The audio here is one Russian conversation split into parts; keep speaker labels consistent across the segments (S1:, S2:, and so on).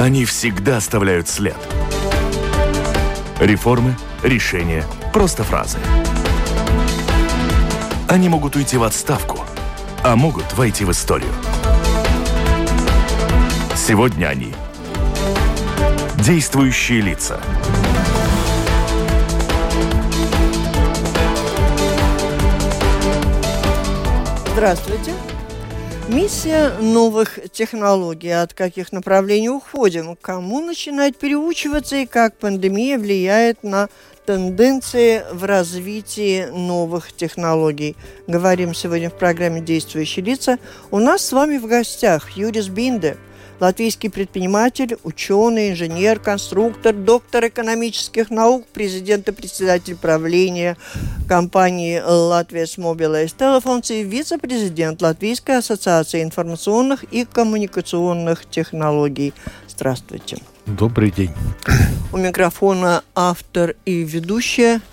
S1: Они всегда оставляют след. Реформы, решения, просто фразы. Они могут уйти в отставку, а могут войти в историю. Сегодня они – действующие лица.
S2: Здравствуйте. Миссия новых технологий. От каких направлений уходим? Кому начинать переучиваться и как пандемия влияет на тенденции в развитии новых технологий? Говорим сегодня в программе «Действующие лица». У нас с вами в гостях Юрис Бинде, латвийский предприниматель, ученый, инженер, конструктор, доктор экономических наук, президент и председатель правления компании «Латвijas Mobilais Telefons» и вице-президент Латвийской ассоциации информационных и коммуникационных технологий. Здравствуйте.
S3: Добрый день.
S2: У микрофона автор и ведущая,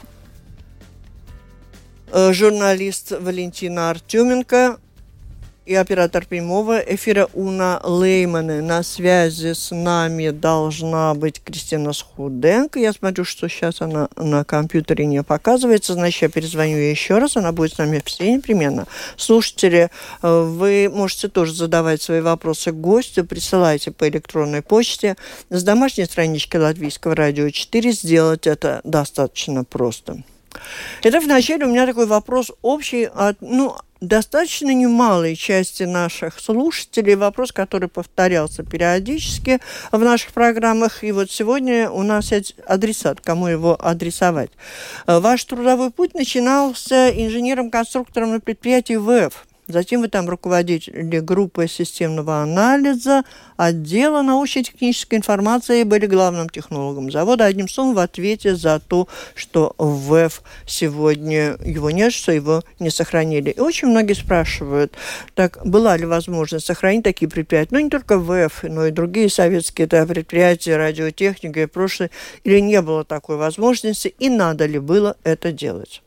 S2: журналист Валентина Артеменко и оператор прямого эфира Уна Леймане. На связи с нами должна быть Кристина Схуденко. Я смотрю, что сейчас она на компьютере не показывается, значит, я перезвоню ей еще раз. Она будет с нами все непременно. Слушатели, вы можете тоже задавать свои вопросы гостю. Присылайте по электронной почте. С домашней странички Латвийского радио 4 сделать это достаточно просто. Итак, вначале у меня такой вопрос общий от, достаточно немалой части наших слушателей, вопрос, который повторялся периодически в наших программах. И вот сегодня у нас есть адресат, кому его адресовать. Ваш трудовой путь начинался инженером-конструктором на предприятии ВЭФ. Затем вы там руководили группой системного анализа, отдела научно-технической информации и были главным технологом завода. Одним словом, в ответе за то, что в ВЭФ сегодня его нет, что его не сохранили. И очень многие спрашивают, так была ли возможность сохранить такие предприятия, не только ВЭФ, но и другие советские предприятия, радиотехника и прошлое, или не было такой возможности, и надо ли было это делать?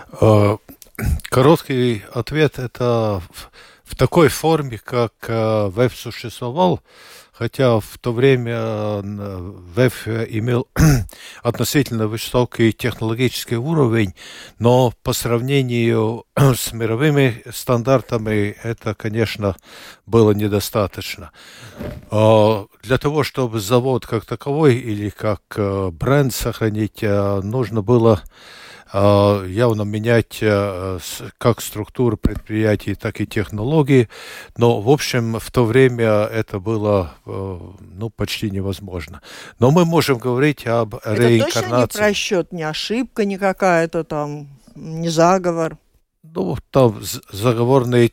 S3: Короткий ответ – это в такой форме, как ВЭФ существовал, хотя в то время ВЭФ имел относительно высокий технологический уровень, но по сравнению с мировыми стандартами это, конечно, было недостаточно. Для того, чтобы завод как таковой или как бренд сохранить, нужно было явно менять как структуру предприятий, так и технологии. Но, в общем, в то время это было почти невозможно. Но мы можем говорить об реинкарнации.
S2: Это точно не просчет, не ошибка, не какая-то там, не заговор?
S3: Там заговорные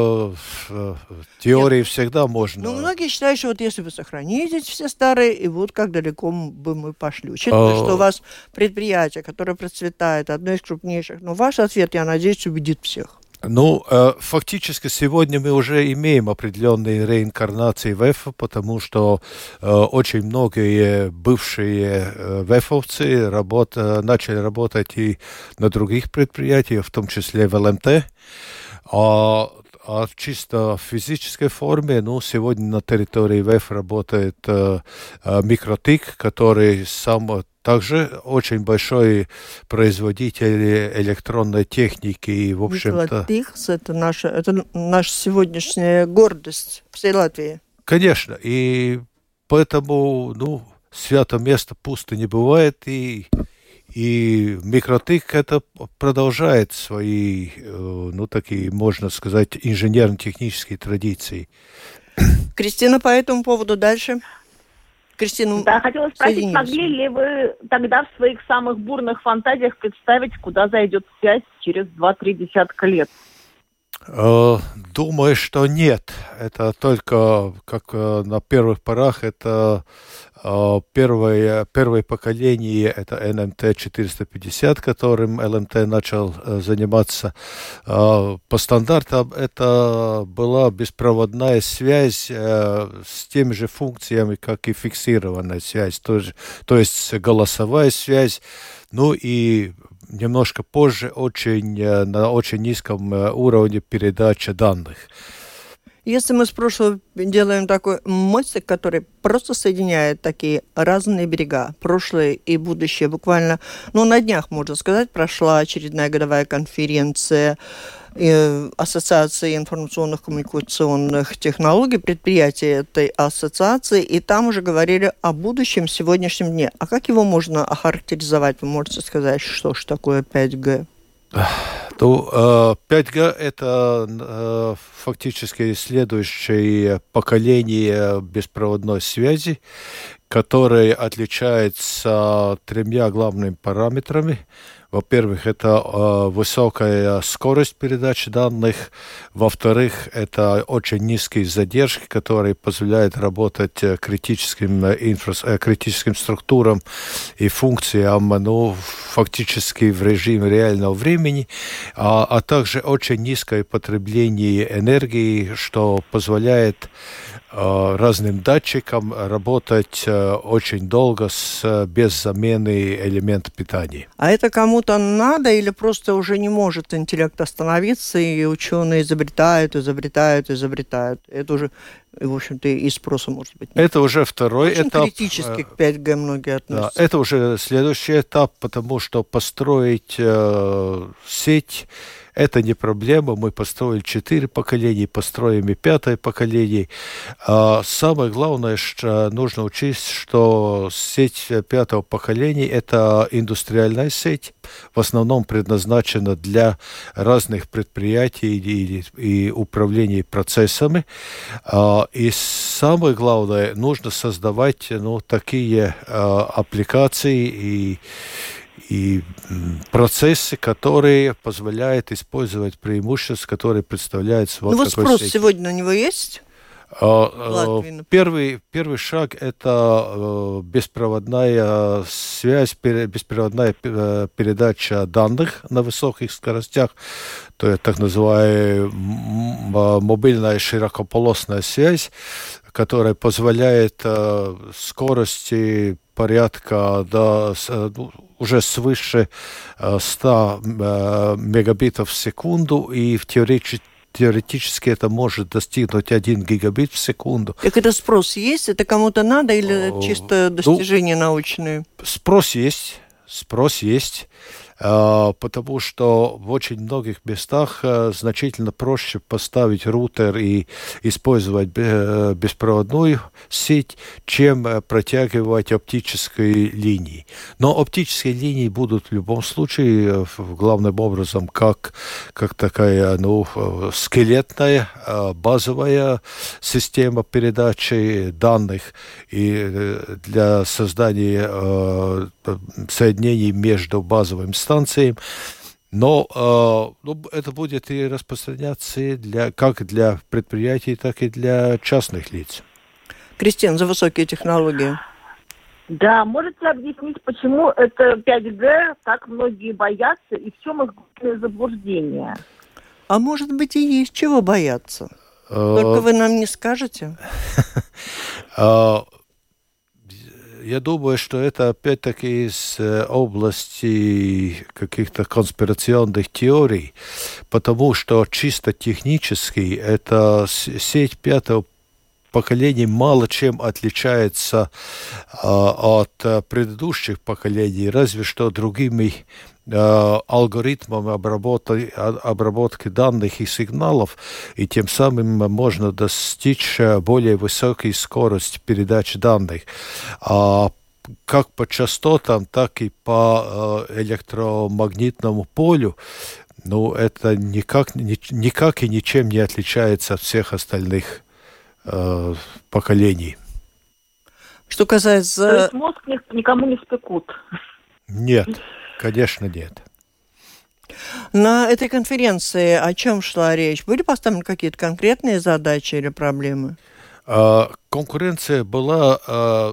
S3: теории всегда можно.
S2: Многие считают, что вот если вы сохраните все старые, и вот как далеко бы мы пошли. Учитывая, что у вас предприятие, которое процветает, одно из крупнейших. Но ваш ответ, я надеюсь, убедит всех.
S3: Фактически сегодня мы уже имеем определенные реинкарнации ВЭФа, потому что очень многие бывшие ВЭФовцы начали работать и на других предприятиях, в том числе в ЛМТ. А в чисто физической форме, сегодня на территории ВЭФ работает Микротик, который сам также очень большой производитель электронной техники. И, в общем-то,
S2: Микротик, это наша сегодняшняя гордость всей Латвии.
S3: Конечно, и поэтому, свято место пусто не бывает, и Микротик это продолжает свои, такие, можно сказать, инженерно-технические традиции.
S2: Кристина, по этому поводу дальше. Кристина,
S4: да, хотела спросить, могли ли вы тогда в своих самых бурных фантазиях представить, куда зайдет связь через 2-3 десятка лет?
S3: Думаю, что нет. Это только, как на первых порах, это первое поколение, это НМТ-450, которым ЛМТ начал заниматься. По стандартам это была беспроводная связь с теми же функциями, как и фиксированная связь, то есть голосовая связь, и немножко позже на очень низком уровне передача данных.
S2: Если мы с прошлого делаем такой мостик, который просто соединяет такие разные берега, прошлое и будущее, буквально, на днях, можно сказать, прошла очередная годовая конференция Ассоциации информационных коммуникационных технологий, предприятия этой ассоциации, и там уже говорили о будущем сегодняшнем дне. А как его можно охарактеризовать? Вы можете сказать, что же такое 5G?
S3: 5G – это фактически следующее поколение беспроводной связи, которое отличается тремя главными параметрами. Во-первых, это высокая скорость передачи данных. Во-вторых, это очень низкие задержки, которые позволяют работать критическим структурам и функциям, фактически в режиме реального времени, а также очень низкое потребление энергии, что позволяет разным датчикам работать очень долго без замены элемента питания.
S2: А это кому-то надо или просто уже не может интеллект остановиться, и ученые изобретают? Это уже, в общем-то, и спроса может быть нет.
S3: Это уже второй
S2: очень
S3: этап.
S2: Критически к 5G многие относятся.
S3: Да, это уже следующий этап, потому что построить сеть – это не проблема. Мы построили 4 поколения, построим и 5 поколение. Самое главное, что нужно учесть, что сеть 5 поколения – это индустриальная сеть, в основном предназначена для разных предприятий и управления процессами. И самое главное, нужно создавать такие аппликации и процессы, которые позволяют использовать преимущества, которые представляются такой
S2: спрос
S3: сети.
S2: Сегодня на него есть?
S3: Первый шаг – это беспроводная связь, беспроводная передача данных на высоких скоростях, то есть так называемая мобильная широкополосная связь, которая позволяет скорости порядка уже свыше 100 мегабитов в секунду, и теоретически это может достигнуть 1 гигабит в секунду.
S2: Так это спрос есть? Это кому-то надо или чисто достижения научные?
S3: Спрос есть. Потому что в очень многих местах значительно проще поставить рутер и использовать беспроводную сеть, чем протягивать оптические линии. Но оптические линии будут в любом случае главным образом как такая скелетная базовая система передачи данных и для создания соединений между базовыми станциями. Но это будет и распространяться как для предприятий, так и для частных лиц.
S2: Кристина, за высокие технологии.
S4: Да, можете объяснить, почему это 5G так многие боятся и в чем их главное заблуждение?
S2: А может быть и есть чего бояться? Только вы нам не скажете.
S3: Я думаю, что это опять-таки из области каких-то конспирационных теорий, потому что чисто технически эта сеть 5-го поколения мало чем отличается от предыдущих поколений, разве что другими алгоритмами обработки данных и сигналов, и тем самым можно достичь более высокой скорости передачи данных. Как по частотам, так и по электромагнитному полю, это никак и ничем не отличается от всех остальных поколений.
S2: Что касается...
S4: То есть мозг никому не спекут?
S3: Нет. Конечно, нет.
S2: На этой конференции о чем шла речь? Были поставлены какие-то конкретные задачи или проблемы?
S3: Конференция была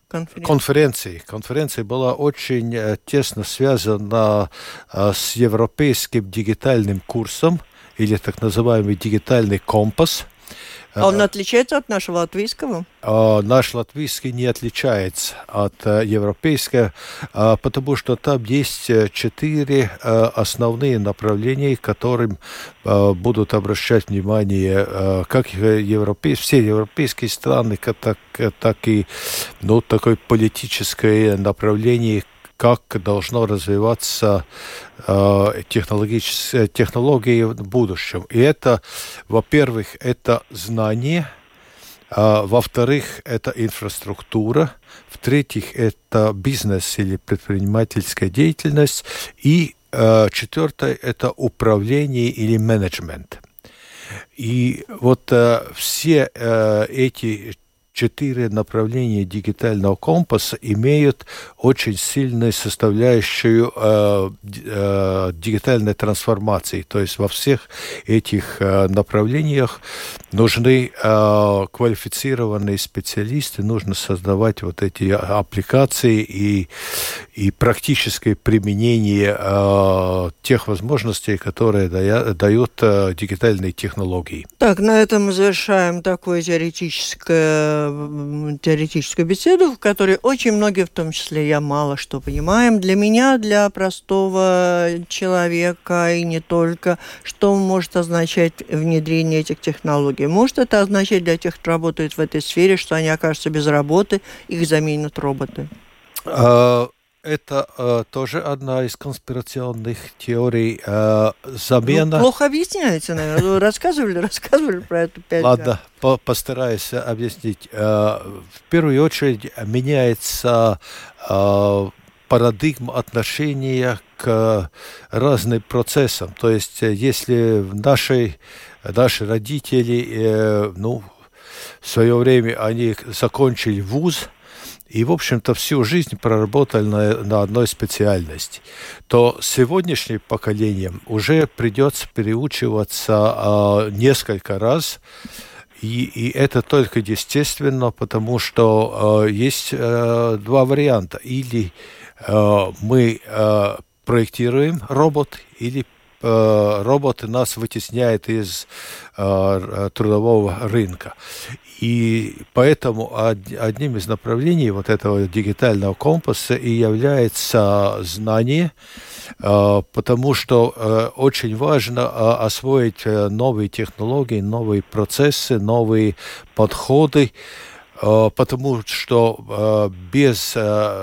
S3: очень тесно связана с европейским дигитальным курсом, или так называемый дигитальный компас,
S2: А он отличается от нашего латвийского?
S3: Наш латвийский не отличается от европейского, потому что там есть 4 основные направления, которым будут обращать внимание как все европейские страны, так и такое политическое направление, как должно развиваться технологии в будущем. И это, во-первых, это знание, во-вторых, это инфраструктура, в-третьих, это бизнес или предпринимательская деятельность, и четвертое, это управление или менеджмент. И вот все эти 4 направления дигитального компаса имеют очень сильную составляющую дигитальной трансформации. То есть во всех этих направлениях нужны квалифицированные специалисты, нужно создавать вот эти аппликации и практическое применение тех возможностей, которые дают дигитальные технологии.
S2: Так, на этом мы завершаем такое теоретическую беседу, в которой очень многие, в том числе я, мало что понимаем. Для меня, для простого человека и не только, что может означать внедрение этих технологий? Может это означать для тех, кто работает в этой сфере, что они окажутся без работы, их заменят роботы?
S3: Это тоже одна из конспирационных теорий. Замена...
S2: плохо объясняете, наверное. Вы рассказывали про это 5 раз.
S3: Ладно, постараюсь объяснить. В первую очередь меняется парадигма отношения к разным процессам. То есть, если наши родители, в свое время они закончили вуз, и, в общем-то, всю жизнь проработали на одной специальности, то сегодняшним поколением уже придется переучиваться несколько раз, и это только естественно, потому что есть 2 варианта. Или мы проектируем робот, или роботы нас вытесняют из трудового рынка. И поэтому одним из направлений вот этого дигитального компаса и является знание, потому что очень важно освоить новые технологии, новые процессы, новые подходы, потому что без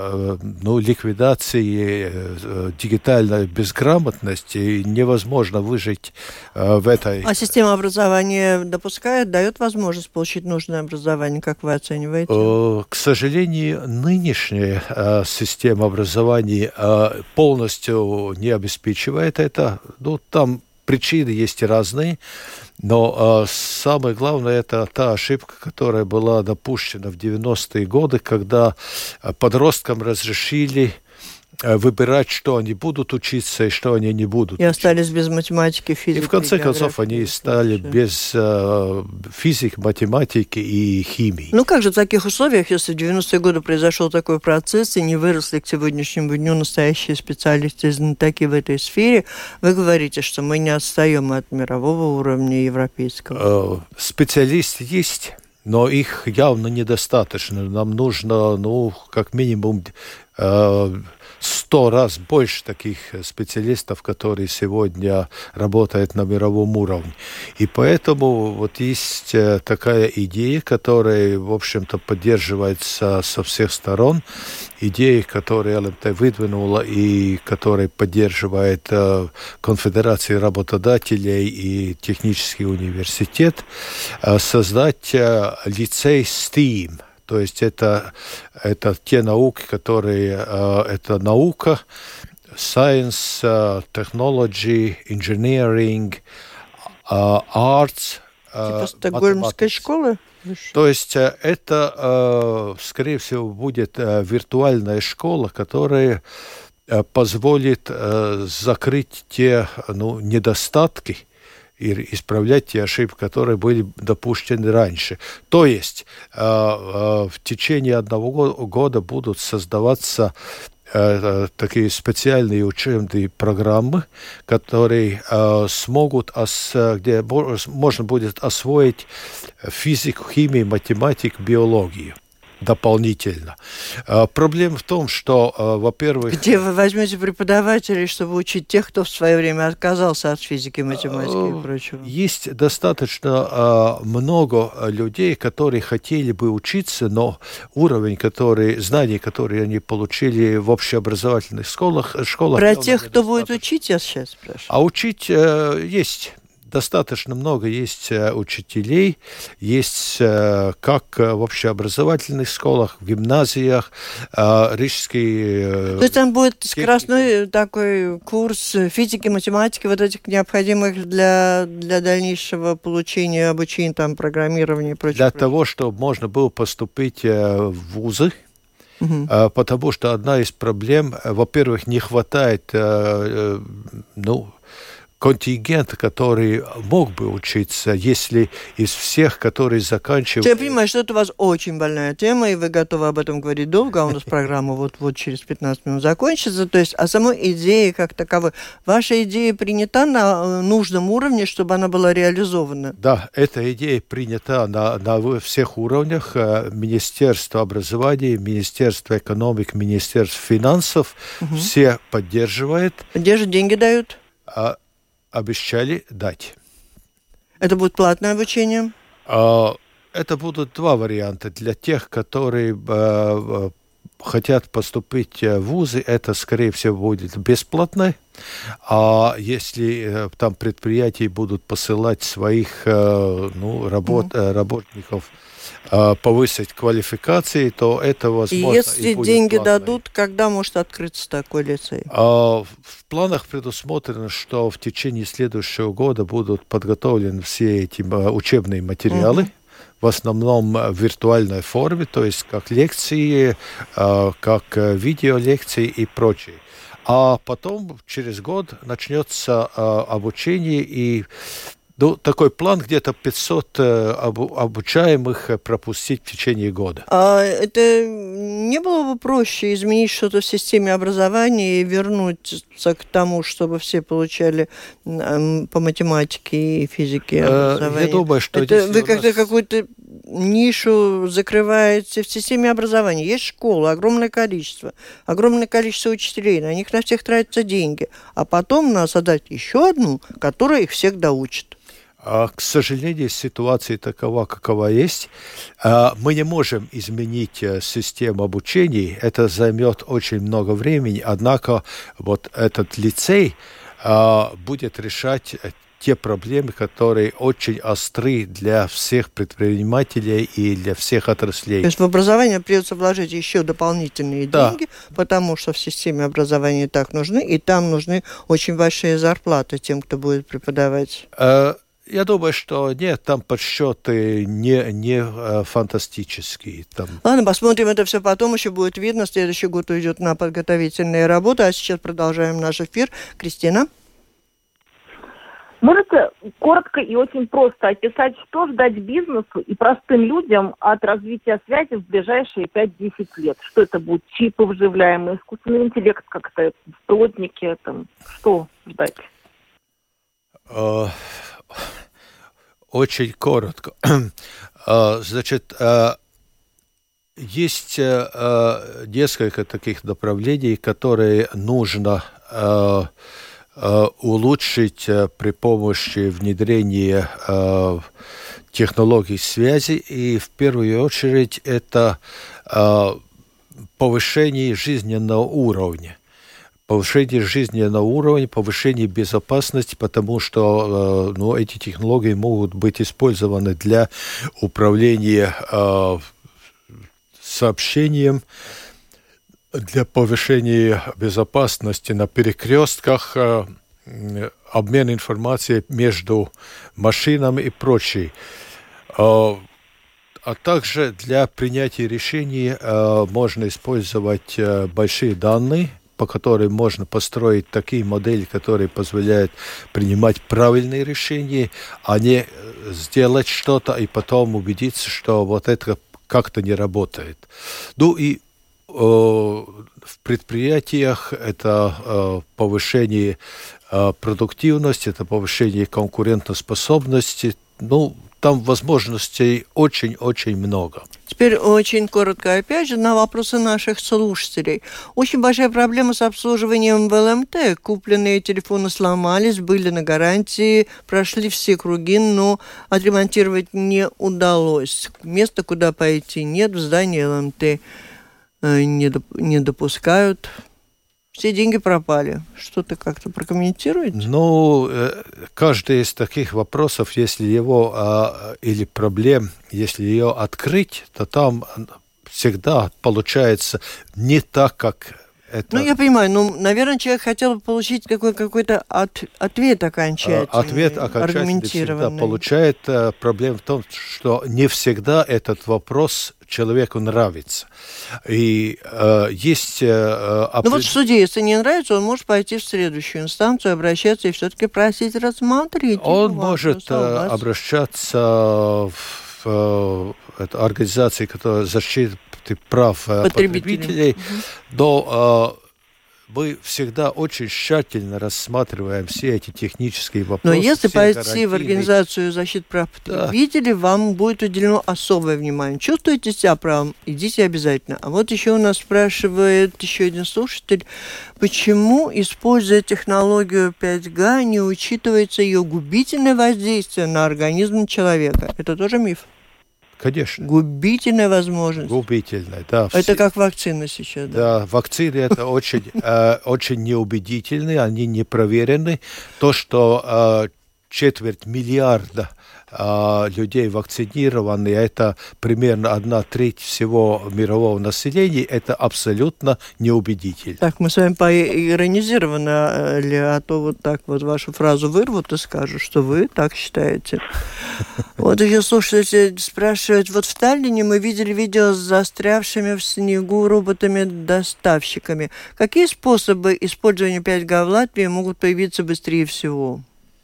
S3: ликвидации дигитальной безграмотности невозможно выжить в этой...
S2: А система образования дает возможность получить нужное образование, как вы оцениваете?
S3: К сожалению, нынешняя система образования полностью не обеспечивает это. Там причины есть разные. Но самое главное, это та ошибка, которая была допущена в 90-е годы, когда подросткам разрешили выбирать, что они будут учиться и что они не будут.
S2: И остались без математики, физики.
S3: И в конце концов они стали без физики, математики и химии.
S2: Как же в таких условиях, если в 90-е годы произошел такой процесс и не выросли к сегодняшнему дню настоящие специалисты, знатоки в этой сфере, вы говорите, что мы не отстаем от мирового уровня европейского?
S3: Специалисты есть, но их явно недостаточно. Нам нужно, как минимум 100 раз больше таких специалистов, которые сегодня работают на мировом уровне. И поэтому вот есть такая идея, которая, в общем-то, поддерживается со всех сторон. Идея, которую ЛМТ выдвинула и которая поддерживает Конфедерация работодателей и технический университет, создать лицей STEAM. То есть это те науки, которые... это наука, science, technology, engineering, arts,
S2: типа стокгольмской школы?
S3: То есть это, скорее всего, будет виртуальная школа, которая позволит закрыть те недостатки, и исправлять те ошибки, которые были допущены раньше. То есть в течение 1 года будут создаваться такие специальные учебные программы, которые смогут, где можно будет освоить физику, химию, математику, биологию дополнительно. Проблема в том, что, во-первых...
S2: Где вы возьмете преподавателей, чтобы учить тех, кто в свое время отказался от физики, математики и прочего?
S3: Есть достаточно много людей, которые хотели бы учиться, но уровень, знаний, которые они получили в общеобразовательных школах...
S2: Про тех, кто будет учить, я сейчас спрашиваю.
S3: А учить есть... Достаточно много есть учителей, есть как в общеобразовательных школах, в гимназиях, рижские...
S2: То есть там будет скоростной такой курс физики, математики, вот этих необходимых для дальнейшего получения обучения, там, программирования и прочее.
S3: Для того, чтобы можно было поступить в вузы, потому что одна из проблем, во-первых, не хватает, контингент, который мог бы учиться, если из всех, которые заканчивают...
S2: Я понимаю, что это у вас очень больная тема, и вы готовы об этом говорить долго, а у нас программа вот через 15 минут закончится. То есть, о самой идее как таковой. Ваша идея принята на нужном уровне, чтобы она была реализована?
S3: Да, эта идея принята на всех уровнях. Министерство образования, Министерство экономики, Министерство финансов все поддерживают.
S2: Поддерживают, деньги дают?
S3: Обещали дать.
S2: Это будет платное обучение?
S3: Это будут два варианта. Для тех, которые хотят поступить в вузы, это, скорее всего, будет бесплатно. А если там предприятия будут посылать своих работников, повысить квалификации, то это возможно.
S2: Если деньги дадут, когда может открыться такой лицей?
S3: В планах предусмотрено, что в течение следующего года будут подготовлены все эти учебные материалы, в основном в виртуальной форме, то есть как лекции, как видеолекции и прочее. А потом через год начнется обучение и такой план где-то 500 обучаемых пропустить в течение года.
S2: А это не было бы проще изменить что-то в системе образования и вернуться к тому, чтобы все получали по математике и физике образование?
S3: Я думаю, что...
S2: Вы как-то какую-то нишу закрываете в системе образования. Есть школы, огромное количество учителей, на них на всех тратятся деньги. А потом надо создать еще одну, которая их всех доучит.
S3: К сожалению, ситуация такова, какова есть. Мы не можем изменить систему обучения. Это займет очень много времени. Однако вот этот лицей будет решать те проблемы, которые очень остры для всех предпринимателей и для всех отраслей.
S2: То есть в образование придется вложить еще дополнительные деньги, потому что в системе образования так нужны, и там нужны очень большие зарплаты тем, кто будет преподавать.
S3: Я думаю, что нет, там подсчеты не фантастические. Там.
S2: Ладно, посмотрим это все потом, еще будет видно. Следующий год уйдет на подготовительные работы, а сейчас продолжаем наш эфир. Кристина?
S4: Можете коротко и очень просто описать, что ждать бизнесу и простым людям от развития связи в ближайшие 5-10 лет? Что это будут? Чипы вживляемые, искусственный интеллект как-то, беспилотники, там, что ждать?
S3: Очень коротко. Значит, есть несколько таких направлений, которые нужно улучшить при помощи внедрения технологий связи. И в первую очередь это повышение жизненного уровня. Повышение жизненного уровня, повышение безопасности, потому что эти технологии могут быть использованы для управления сообщением, для повышения безопасности на перекрестках, обмен информацией между машинами и прочее. А также для принятия решений можно использовать большие данные, по которым можно построить такие модели, которые позволяют принимать правильные решения, а не сделать что-то и потом убедиться, что вот это как-то не работает. Ну и в предприятиях это повышение продуктивности, это повышение конкурентоспособности. Там возможностей очень-очень много.
S2: Теперь очень коротко, опять же, на вопросы наших слушателей. Очень большая проблема с обслуживанием в ЛМТ. Купленные телефоны сломались, были на гарантии, прошли все круги, но отремонтировать не удалось. Места, куда пойти, нет, в здании ЛМТ не допускают. Все деньги пропали. Что-то как-то прокомментируете?
S3: Каждый из таких вопросов, если его или проблем, если ее открыть, то там всегда получается не так, как это...
S2: я понимаю, наверное, человек хотел бы получить какой-то ответ окончательный,
S3: Ответ окончательный всегда получает. Проблема в том, что не всегда этот вопрос человеку нравится. И есть...
S2: в суде, если не нравится, он может пойти в следующую инстанцию, обращаться и все-таки просить рассмотреть.
S3: Он может обращаться в организации, которая защищает прав потребителей, но мы всегда очень тщательно рассматриваем все эти технические вопросы.
S2: Но если пойти в Организацию защиты прав потребителей, вам будет уделено особое внимание. Чувствуете себя правым? Идите обязательно. А вот еще у нас спрашивает еще один слушатель, почему, используя технологию 5G, не учитывается ее губительное воздействие на организм человека? Это тоже миф?
S3: Конечно.
S2: Губительная возможность.
S3: Губительная, да.
S2: Это как вакцина сейчас.
S3: Да, вакцины это очень неубедительные, они не проверены. То, что 250 миллиарда людей вакцинированы, это примерно 1/3 всего мирового населения, это абсолютно неубедительно.
S2: Так, мы с вами поиронизированы, а то вот так вот вашу фразу вырвут и скажут, что вы так считаете. Вот еще слушатели спрашивают, вот в Таллине мы видели видео с застрявшими в снегу роботами-доставщиками. Какие способы использования 5G в Латвии могут появиться быстрее всего?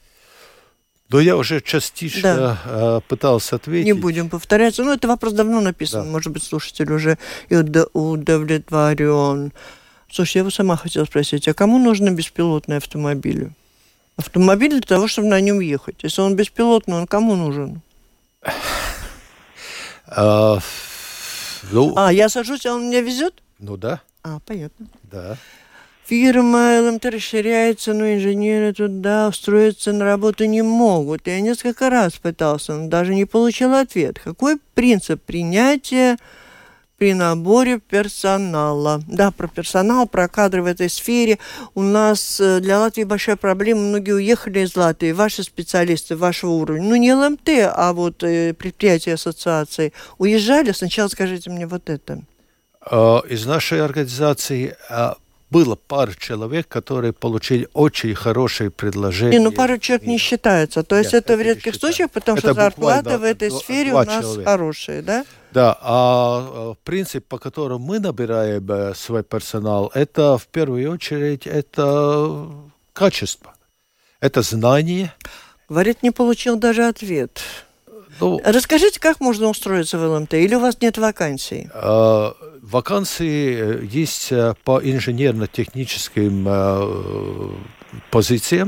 S3: Я уже частично пытался ответить.
S2: Не будем повторяться. Это вопрос давно написан. Да. Может быть, слушатель уже и удовлетворен. Слушай, я бы сама хотела спросить, а кому нужны беспилотные автомобили? Автомобиль для того, чтобы на нем ехать. Если он беспилотный, он кому нужен? Я сажусь, а он меня везет?
S3: Да.
S2: Понятно.
S3: Да.
S2: Фирма ЛМТ расширяется, но инженеры туда устроиться на работу не могут. Я несколько раз пытался, но даже не получил ответ. Какой принцип принятия при наборе персонала? Да, про персонал, про кадры в этой сфере. У нас для Латвии большая проблема. Многие уехали из Латвии. Ваши специалисты вашего уровня, не ЛМТ, а вот предприятия ассоциации, уезжали. Сначала скажите мне вот это.
S3: Из нашей организации... Было пару человек, которые получили очень хорошие предложения.
S2: Пару человек не считается. То есть это в редких случаях, потому что зарплата в этой сфере у нас хорошая, да?
S3: Да, принцип, по которому мы набираем свой персонал, это в первую очередь это качество, это знание.
S2: Говорит, не получил даже ответ. Расскажите, как можно устроиться в ЛМТ? Или у вас нет вакансий?
S3: Вакансии есть по инженерно-техническим позициям.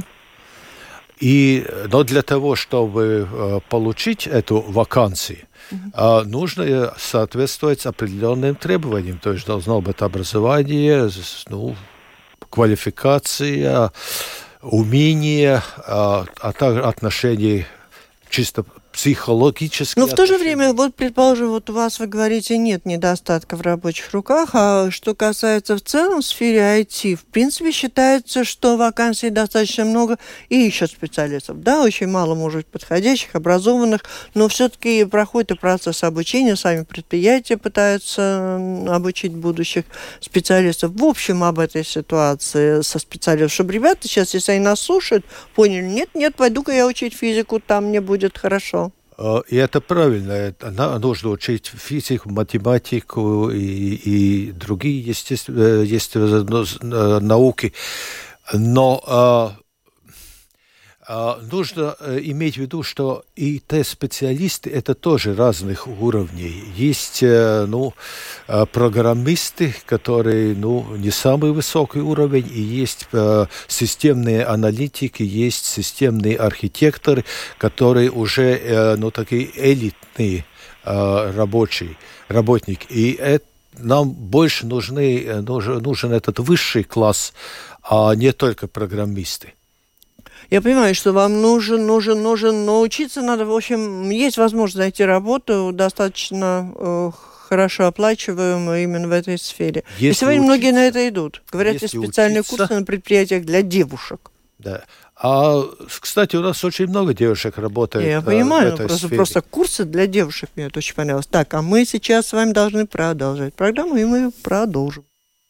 S3: Но для того, чтобы получить эту вакансию, нужно соответствовать определенным требованиям. То есть должно быть образование, квалификация, умение, а также отношения чисто психологически.
S2: Но в то же время, предположим, у вас, вы говорите, нет недостатка в рабочих руках, а что касается в целом сферы IT, в принципе, считается, что вакансий достаточно много и ищут специалистов. Да, очень мало, может быть, подходящих, образованных, но все-таки проходит процесс обучения, сами предприятия пытаются обучить будущих специалистов. В общем, об этой ситуации со специалистами, чтобы ребята сейчас, если они нас слушают, поняли, нет, пойду-ка я учить физику, там мне будет хорошо.
S3: И это правильно. Нужно учить физику, математику и другие естественные науки. Но Нужно иметь в виду, что ИТ-специалисты – это тоже разных уровней. Есть программисты, которые не самый высокий уровень, и есть системные аналитики, есть системные архитекторы, которые уже такие элитные работники. И нам больше нужен этот высший класс, а не только программисты.
S2: Я понимаю, что вам нужен, но учиться надо, в общем, есть возможность найти работу достаточно хорошо оплачиваемую именно в этой сфере. И сегодня многие на это идут. Говорят, есть специальные курсы на предприятиях для девушек.
S3: Да. Кстати, у нас очень много девушек работает в этой сфере.
S2: Просто курсы для девушек мне это очень понравилось. Так, а мы сейчас с вами должны продолжать программу, и мы продолжим.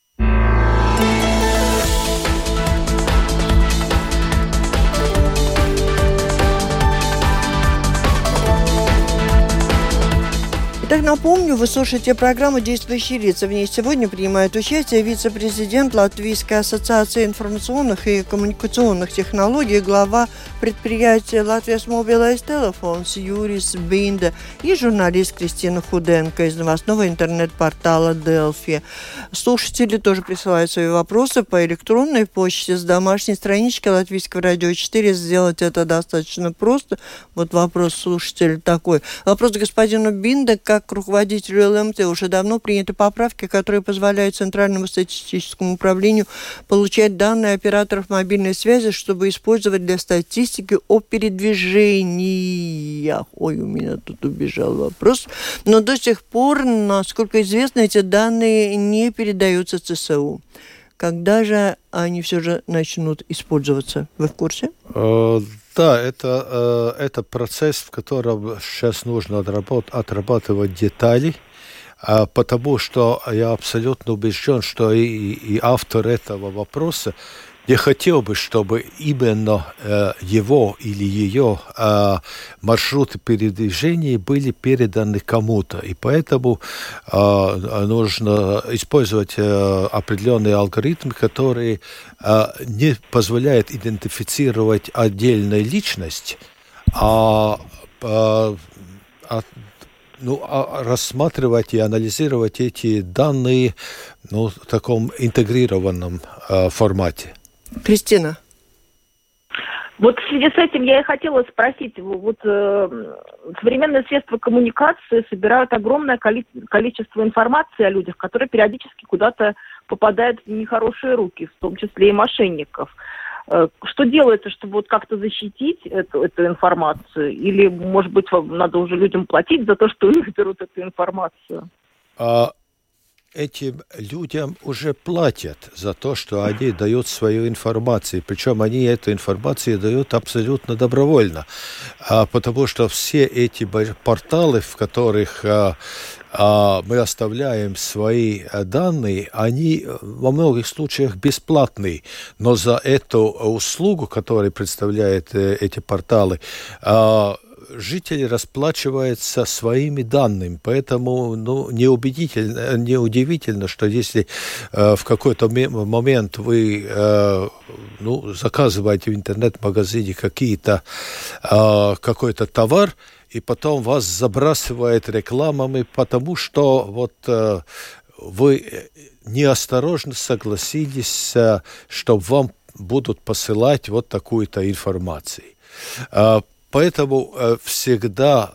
S2: Итак, напомню, вы слушаете программу «Действующие лица». В ней сегодня принимает участие вице-президент Латвийской ассоциации информационных и коммуникационных технологий, глава предприятия «Латвijas Mobilais Telefons» Юрис Бинда и журналист Кристина Худенко из новостного интернет-портала «Делфи». Слушатели тоже присылают свои вопросы по электронной почте с домашней странички Латвийского радио 4. Сделать это достаточно просто. Вот вопрос слушателя такой. Вопрос господину Бинда. Как руководителю ЛМТ уже давно приняты поправки, которые позволяют Центральному статистическому управлению получать данные операторов мобильной связи, чтобы использовать для статистики о передвижениях. Ой, у меня тут убежал вопрос. Но до сих пор, насколько известно, эти данные не передаются ЦСУ. Когда же они все же начнут использоваться? Вы в курсе?
S3: Да, это процесс, в котором сейчас нужно отрабатывать детали, потому что я абсолютно убежден, что и автор этого вопроса не хотел бы, чтобы именно его или ее маршруты передвижения были переданы кому-то. И поэтому нужно использовать определенные алгоритмы, которые не позволяют идентифицировать отдельную личность, рассматривать и анализировать эти данные в таком интегрированном формате.
S2: Кристина.
S4: Вот в связи с этим я и хотела спросить. Современные средства коммуникации собирают огромное количество информации о людях, которые периодически куда-то попадают в нехорошие руки, в том числе и мошенников. Что делается, чтобы как-то защитить эту информацию? Или, может быть, надо уже людям платить за то, что у них берут эту информацию?
S3: Этим людям уже платят за то, что они дают свою информацию. Причем они эту информацию дают абсолютно добровольно. Потому что все эти порталы, в которых мы оставляем свои данные, они во многих случаях бесплатные. Но за эту услугу, которую представляют эти порталы, жители расплачиваются своими данными, поэтому неудивительно, что если в какой-то момент вы заказываете в интернет-магазине какой-то товар, и потом вас забрасывает рекламами, потому что вы неосторожно согласились, чтобы вам будут посылать такую-то информацию. Поэтому всегда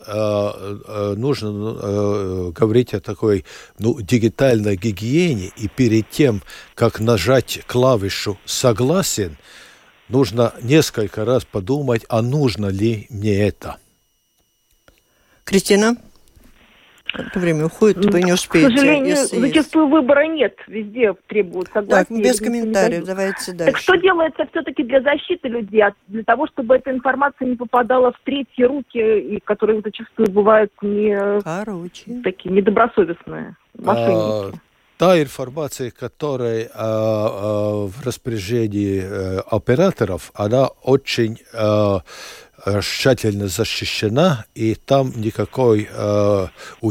S3: нужно говорить о такой дигитальной гигиене, и перед тем, как нажать клавишу «Согласен», нужно несколько раз подумать, а нужно ли мне это.
S2: Кристина? Время уходит, вы не успеете.
S4: К сожалению, зачастую выбора нет. Везде требуют согласия.
S2: Так, без комментариев, давайте дальше.
S4: Так что делается все-таки для защиты людей, для того, чтобы эта информация не попадала в третьи руки, и которые зачастую бывают такие недобросовестные мошенники?
S3: Та информация, которая в распоряжении операторов, она очень тщательно защищена, и там никакой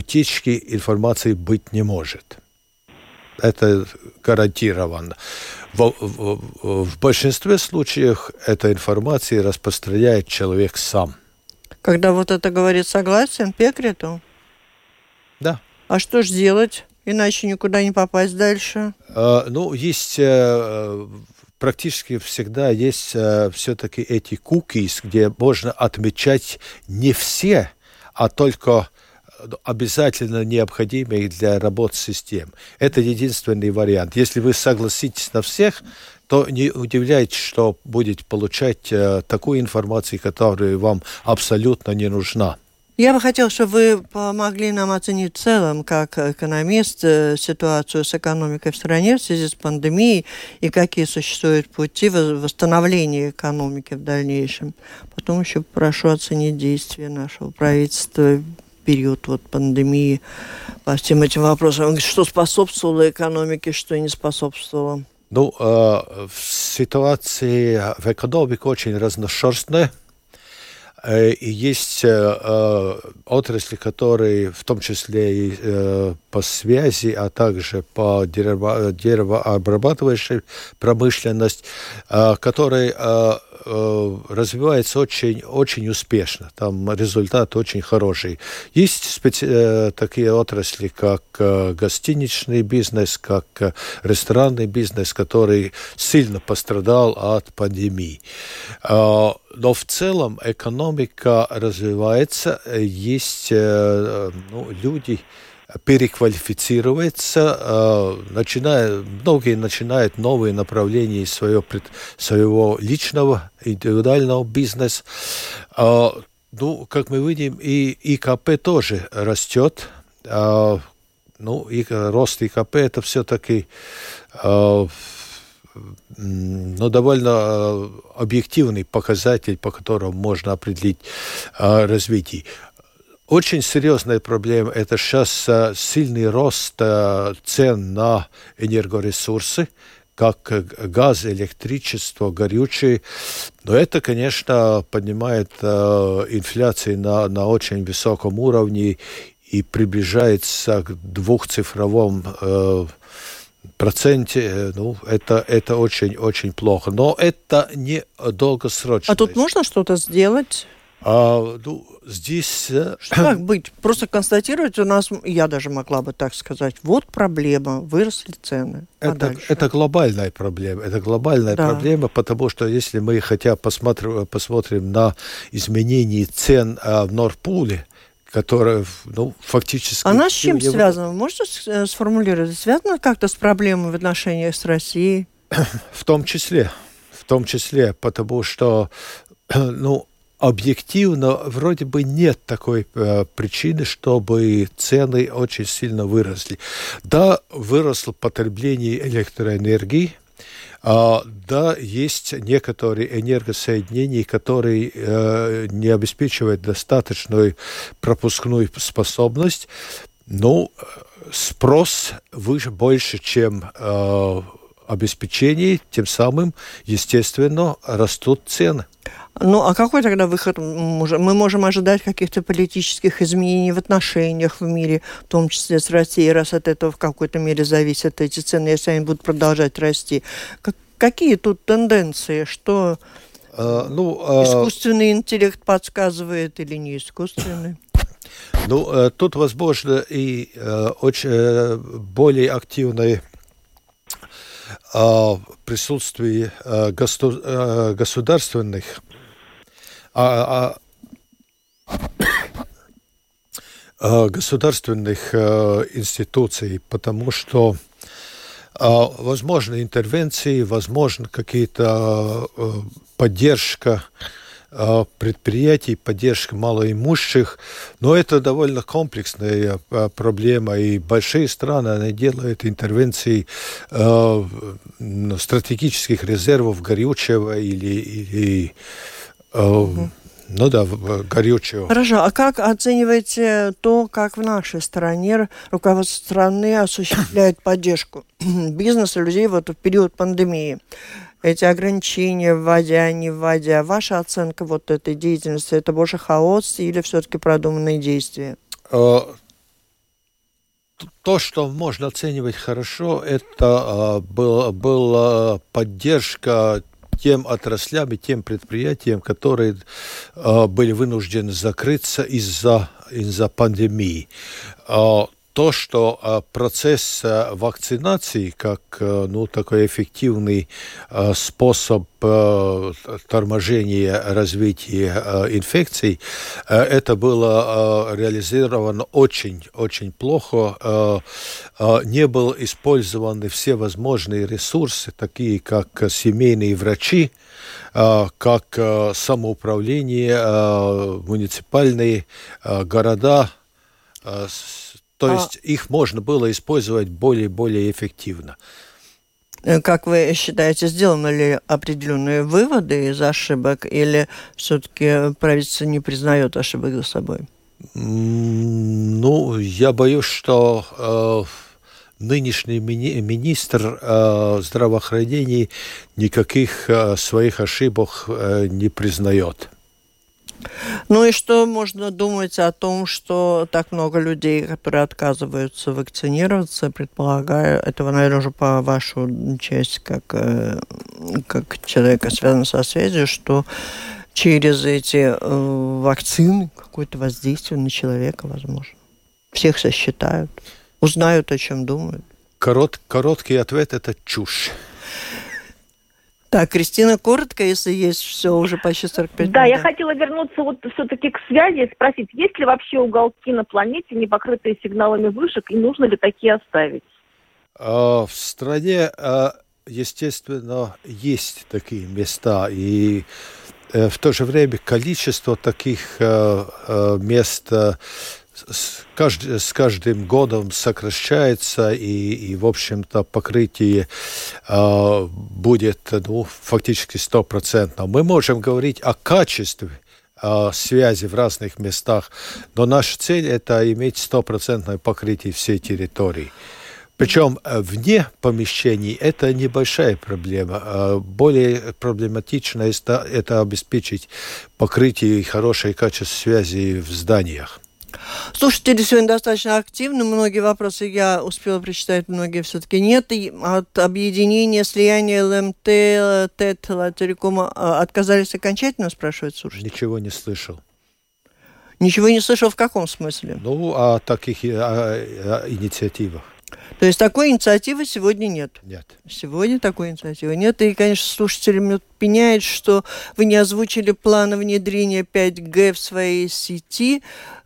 S3: утечки информации быть не может. Это гарантированно. В большинстве случаев эта информация распространяет человек сам.
S2: Когда вот это говорит согласен, пекрету?
S3: Да.
S2: А что ж делать? Иначе никуда не попасть дальше.
S3: Есть практически всегда есть все-таки эти cookies, где можно отмечать не все, а только обязательно необходимые для работы систем. Это единственный вариант. Если вы согласитесь на всех, то не удивляйтесь, что будете получать такую информацию, которая вам абсолютно не нужна.
S2: Я бы хотела, чтобы вы помогли нам оценить в целом, как экономист, ситуацию с экономикой в стране в связи с пандемией и какие существуют пути восстановления экономики в дальнейшем. Потом еще прошу оценить действия нашего правительства в период пандемии по всем этим вопросам. Что способствовало экономике, что не способствовало.
S3: Ситуация в экономике очень разношерстная. И есть отрасли, которые в том числе и по связи, а также по деревообрабатывающей промышленности, которые развиваются очень, очень успешно. Там результат очень хороший. Есть такие отрасли, как гостиничный бизнес, как ресторанный бизнес, который сильно пострадал от пандемии. Но в целом экономика развивается, есть люди переквалифицируются, многие начинают новые направления своего личного, индивидуального бизнеса. Как мы видим, и ИКП тоже растет. И рост ИКП это все-таки довольно объективный показатель, по которому можно определить развитие. Очень серьезная проблема – это сейчас сильный рост цен на энергоресурсы, как газ, электричество, горючее. Но это, конечно, поднимает инфляцию на очень высоком уровне и приближается к двухцифровому проценте. Это очень-очень плохо. Но это не долгосрочно.
S2: А тут можно что-то сделать?
S3: Здесь...
S2: Как быть? Просто констатировать у нас, я даже могла бы так сказать, вот проблема, выросли цены.
S3: Это глобальная проблема. Это глобальная проблема, потому что если мы хотя бы посмотрим на изменение цен в Норд-Пуле, которая, фактически...
S2: Она с чем связана? Можете сформулировать? Связана как-то с проблемой в отношениях с Россией?
S3: В том числе, потому что, объективно вроде бы нет такой причины, чтобы цены очень сильно выросли. Да, выросло потребление электроэнергии, да, есть некоторые энергосоединения, которые не обеспечивают достаточную пропускную способность, но спрос больше, чем обеспечение, тем самым, естественно, растут цены.
S2: А какой тогда выход? Мы можем ожидать каких-то политических изменений в отношениях в мире, в том числе с Россией, раз от этого в какой-то мере зависят эти цены, если они будут продолжать расти. Какие тут тенденции? Что искусственный интеллект подсказывает или не искусственный?
S3: Тут, возможно, и очень более активное присутствие государственных институций, потому что возможно интервенции, возможно какие-то поддержка предприятий, поддержка малоимущих, но это довольно комплексная проблема, и большие страны они делают интервенции стратегических резервов горючего или горючего.
S2: Хорошо, а как оцениваете то, как в нашей стране руководство страны осуществляет поддержку бизнеса, людей в период пандемии? Эти ограничения, вводя, не вводя. Ваша оценка этой деятельности, это больше хаос или все-таки продуманные действия?
S3: То, что можно оценивать хорошо, это была поддержка тем отраслям и тем предприятиям, которые были вынуждены закрыться из-за пандемии. То, что процесс вакцинации, как такой эффективный способ торможения развития инфекций, это было реализовано очень плохо. Не были использованы все возможные ресурсы, такие как семейные врачи, как самоуправление, муниципальные города. То есть их можно было использовать более эффективно.
S2: Как вы считаете, сделаны ли определенные выводы из ошибок, или все-таки правительство не признает ошибок за собой?
S3: Я боюсь, что нынешний министр здравоохранения никаких своих ошибок не признает.
S2: И что можно думать о том, что так много людей, которые отказываются вакцинироваться, предполагаю, этого, наверное, уже по вашу часть, как человека, связанного со связью, что через эти вакцины какое-то воздействие на человека возможно. Всех сосчитают, узнают, о чем думают.
S3: Короткий ответ – это чушь.
S2: Так, Кристина, коротко, если есть все уже почти 45 минут.
S4: Да, я хотела вернуться все-таки к связи и спросить, есть ли вообще уголки на планете, не покрытые сигналами вышек, и нужно ли такие оставить?
S3: В стране, естественно, есть такие места, и в то же время количество таких мест с каждым годом сокращается, и в общем-то, покрытие будет фактически 100%. Мы можем говорить о качестве связи в разных местах, но наша цель – это иметь 100% покрытие всей территории. Причем вне помещений это небольшая проблема. Более проблематично это обеспечить покрытие и хорошее качество связи в зданиях.
S2: Слушатели сегодня достаточно активны. Многие вопросы я успела прочитать, многие все-таки нет. И от объединения, слияния ЛМТ, ТЭТ, Латерикома отказались окончательно, спрашивает слушатель?
S3: Ничего не слышал.
S2: Ничего не слышал в каком смысле?
S3: О таких инициативах.
S2: То есть такой инициативы сегодня нет?
S3: Нет.
S2: Сегодня такой инициативы нет. И, конечно, слушатели мне пеняют, что вы не озвучили планы внедрения 5G в своей сети.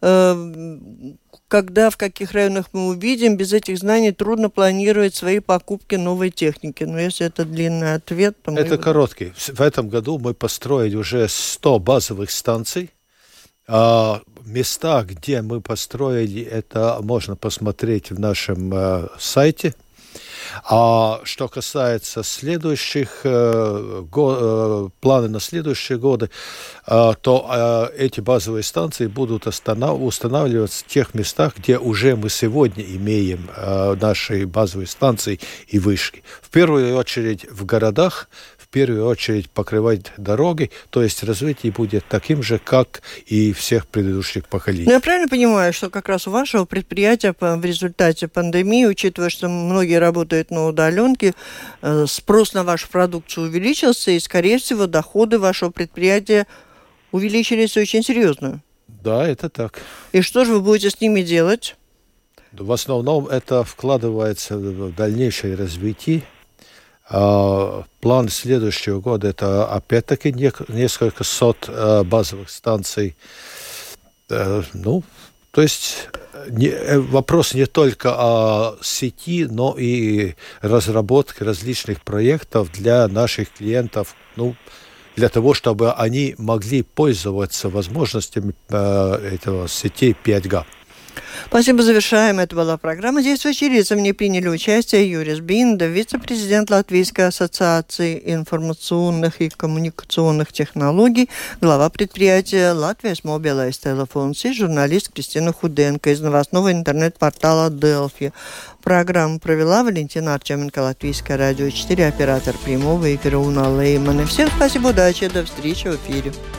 S2: Когда, в каких районах мы увидим, без этих знаний трудно планировать свои покупки новой техники. Но если это длинный ответ, то...
S3: Это короткий. В этом году мы построили уже 100 базовых станций. Места, где мы построили, это можно посмотреть в нашем сайте. А что касается следующих планов на следующие годы, то эти базовые станции будут устанавливаться в тех местах, где уже мы сегодня имеем наши базовые станции и вышки. В первую очередь в городах, в первую очередь покрывать дороги, то есть развитие будет таким же, как и всех предыдущих поколений.
S2: Я правильно понимаю, что как раз у вашего предприятия в результате пандемии, учитывая, что многие работают на удаленке, спрос на вашу продукцию увеличился, и, скорее всего, доходы вашего предприятия увеличились очень серьезно?
S3: Да, это так.
S2: И что же вы будете с ними делать?
S3: В основном это вкладывается в дальнейшее развитие. План следующего года – это опять-таки несколько сот базовых станций. То есть вопрос не только о сети, но и разработке различных проектов для наших клиентов, для того, чтобы они могли пользоваться возможностями этого сети 5G.
S2: Спасибо, завершаем. Это была программа «Действующие лица». В ней приняли участие Юрис Бинда, вице-президент Латвийской ассоциации информационных и коммуникационных технологий, глава предприятия «Латвийс мобилais телефонс» и журналист Кристина Худенко из новостного интернет-портала «Делфи». Программу провела Валентина Артеменко, Латвийское радио 4, оператор прямого эфира Уна Лейман. Всем спасибо, удачи, до встречи в эфире.